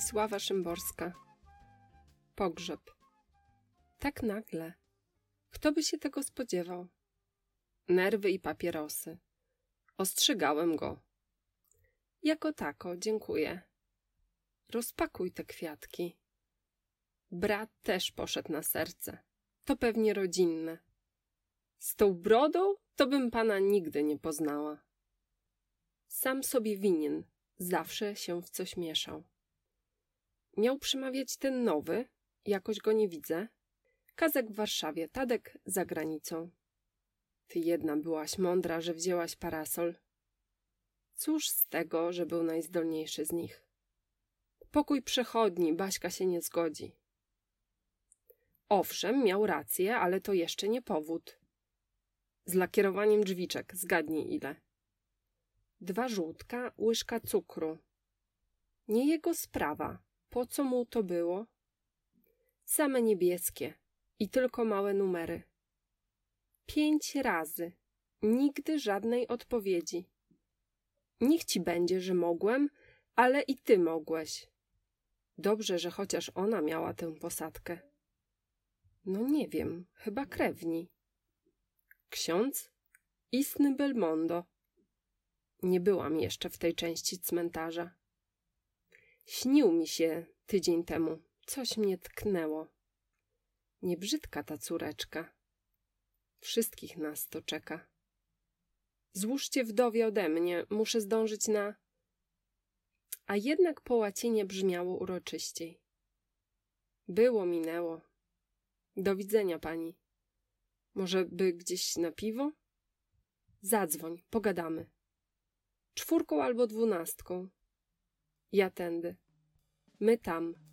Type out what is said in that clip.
Wisława Szymborska. Pogrzeb. Tak nagle. Kto by się tego spodziewał? Nerwy i papierosy. Ostrzegałem go. Jako tako, dziękuję. Rozpakuj te kwiatki. Brat też poszedł na serce. To pewnie rodzinne. Z tą brodą to bym pana nigdy nie poznała. Sam sobie winien. Zawsze się w coś mieszał. Miał przemawiać ten nowy, jakoś go nie widzę. Kazek w Warszawie, Tadek za granicą. Ty jedna byłaś mądra, że wzięłaś parasol. Cóż z tego, że był najzdolniejszy z nich? Pokój przechodni, Baśka się nie zgodzi. Owszem, miał rację, ale to jeszcze nie powód. Z lakierowaniem drzwiczek, zgadnij ile. 2 żółtka, łyżka cukru. Nie jego sprawa. Po co mu to było? Same niebieskie i tylko małe numery. 5 razy. Nigdy żadnej odpowiedzi. Niech ci będzie, że mogłem, ale i ty mogłeś. Dobrze, że chociaż ona miała tę posadkę. No nie wiem, chyba krewni. Ksiądz? Istny Belmondo. Nie byłam jeszcze w tej części cmentarza. Śnił mi się tydzień temu. Coś mnie tknęło. Niebrzydka ta córeczka. Wszystkich nas to czeka. Złóżcie wdowie ode mnie. Muszę zdążyć na... A jednak po łacinie brzmiało uroczyściej. Było, minęło. Do widzenia, pani. Może by gdzieś na piwo? Zadzwoń, pogadamy. 4 albo 12. Ja tędy. My tam.